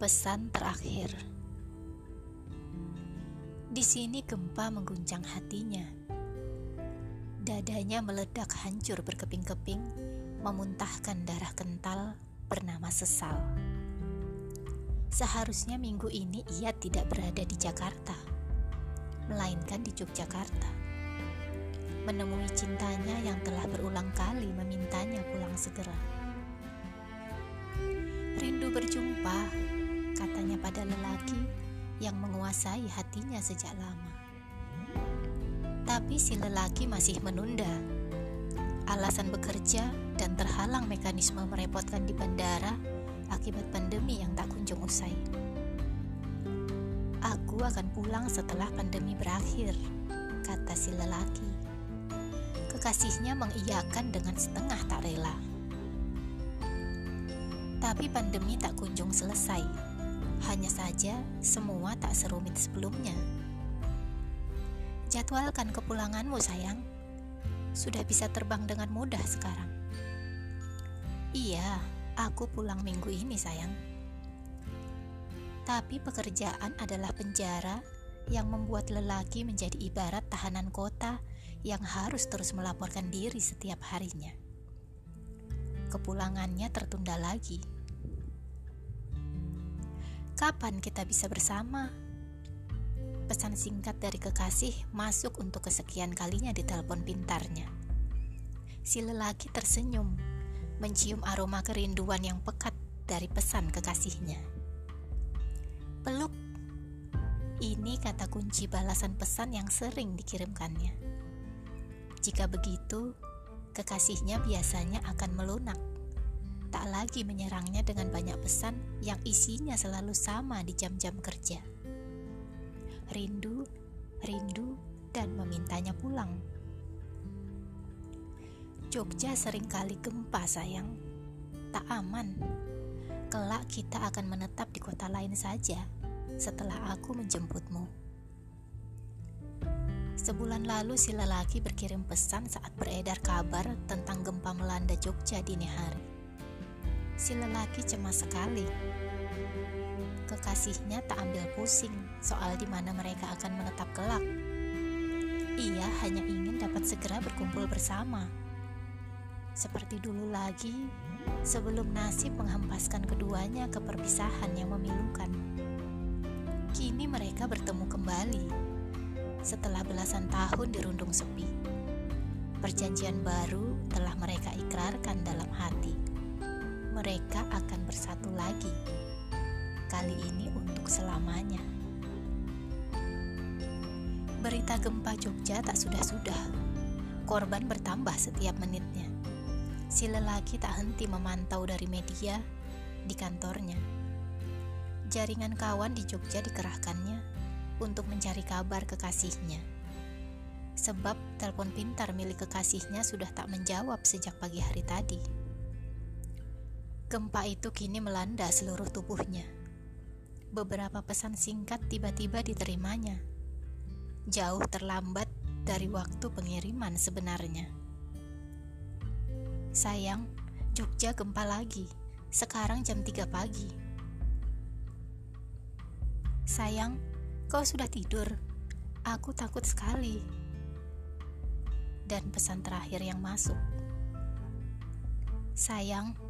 Pesan terakhir. Di sini gempa mengguncang hatinya. Dadanya meledak hancur berkeping-keping, memuntahkan darah kental bernama sesal. Seharusnya minggu ini ia tidak berada di Jakarta, melainkan di Yogyakarta, menemui cintanya yang telah berulang kali memintanya pulang segera. Rindu berjumpa, katanya pada lelaki yang menguasai hatinya sejak lama. Tapi si lelaki masih menunda. Alasan bekerja dan terhalang mekanisme merepotkan di bandara akibat pandemi yang tak kunjung usai. Aku akan pulang setelah pandemi berakhir, kata si lelaki. Kekasihnya mengiyakan dengan setengah tak rela. Tapi pandemi tak kunjung selesai. Hanya saja semua tak serumit sebelumnya. Jadwalkan kepulanganmu, sayang. Sudah bisa terbang dengan mudah sekarang. Iya, aku pulang minggu ini, sayang. Tapi pekerjaan adalah penjara yang membuat lelaki menjadi ibarat tahanan kota yang harus terus melaporkan diri setiap harinya. Kepulangannya tertunda lagi. Kapan kita bisa bersama? Pesan singkat dari kekasih masuk untuk kesekian kalinya di telepon pintarnya. Si lelaki tersenyum, mencium aroma kerinduan yang pekat dari pesan kekasihnya. Peluk. Ini kata kunci balasan pesan yang sering dikirimkannya. Jika begitu, kekasihnya biasanya akan melunak. Tak lagi menyerangnya dengan banyak pesan yang isinya selalu sama di jam-jam kerja. Rindu, rindu, dan memintanya pulang. Jogja seringkali gempa, sayang. Tak aman. Kelak kita akan menetap di kota lain saja setelah aku menjemputmu. Sebulan lalu si lelaki berkirim pesan saat beredar kabar tentang gempa melanda Jogja dini hari. Si lelaki cemas sekali. Kekasihnya tak ambil pusing soal di mana mereka akan menetap kelak. Ia hanya ingin dapat segera berkumpul bersama. Seperti dulu lagi, sebelum nasib menghempaskan keduanya ke perpisahan yang memilukan. Kini mereka bertemu kembali setelah belasan tahun dirundung sepi. Perjanjian baru telah mereka ikrarkan dalam hati. Mereka akan bersatu lagi, kali ini untuk selamanya. Berita gempa Jogja tak sudah-sudah. Korban bertambah setiap menitnya. Si lelaki tak henti memantau dari media di kantornya. Jaringan kawan di Jogja dikerahkannya untuk mencari kabar kekasihnya. Sebab telepon pintar milik kekasihnya sudah tak menjawab sejak pagi hari tadi. Gempa itu kini melanda seluruh tubuhnya. Beberapa pesan singkat tiba-tiba diterimanya. Jauh terlambat dari waktu pengiriman sebenarnya. Sayang, Jogja gempa lagi. Sekarang jam 3 pagi. Sayang, kau sudah tidur? Aku takut sekali. Dan pesan terakhir yang masuk. Sayang,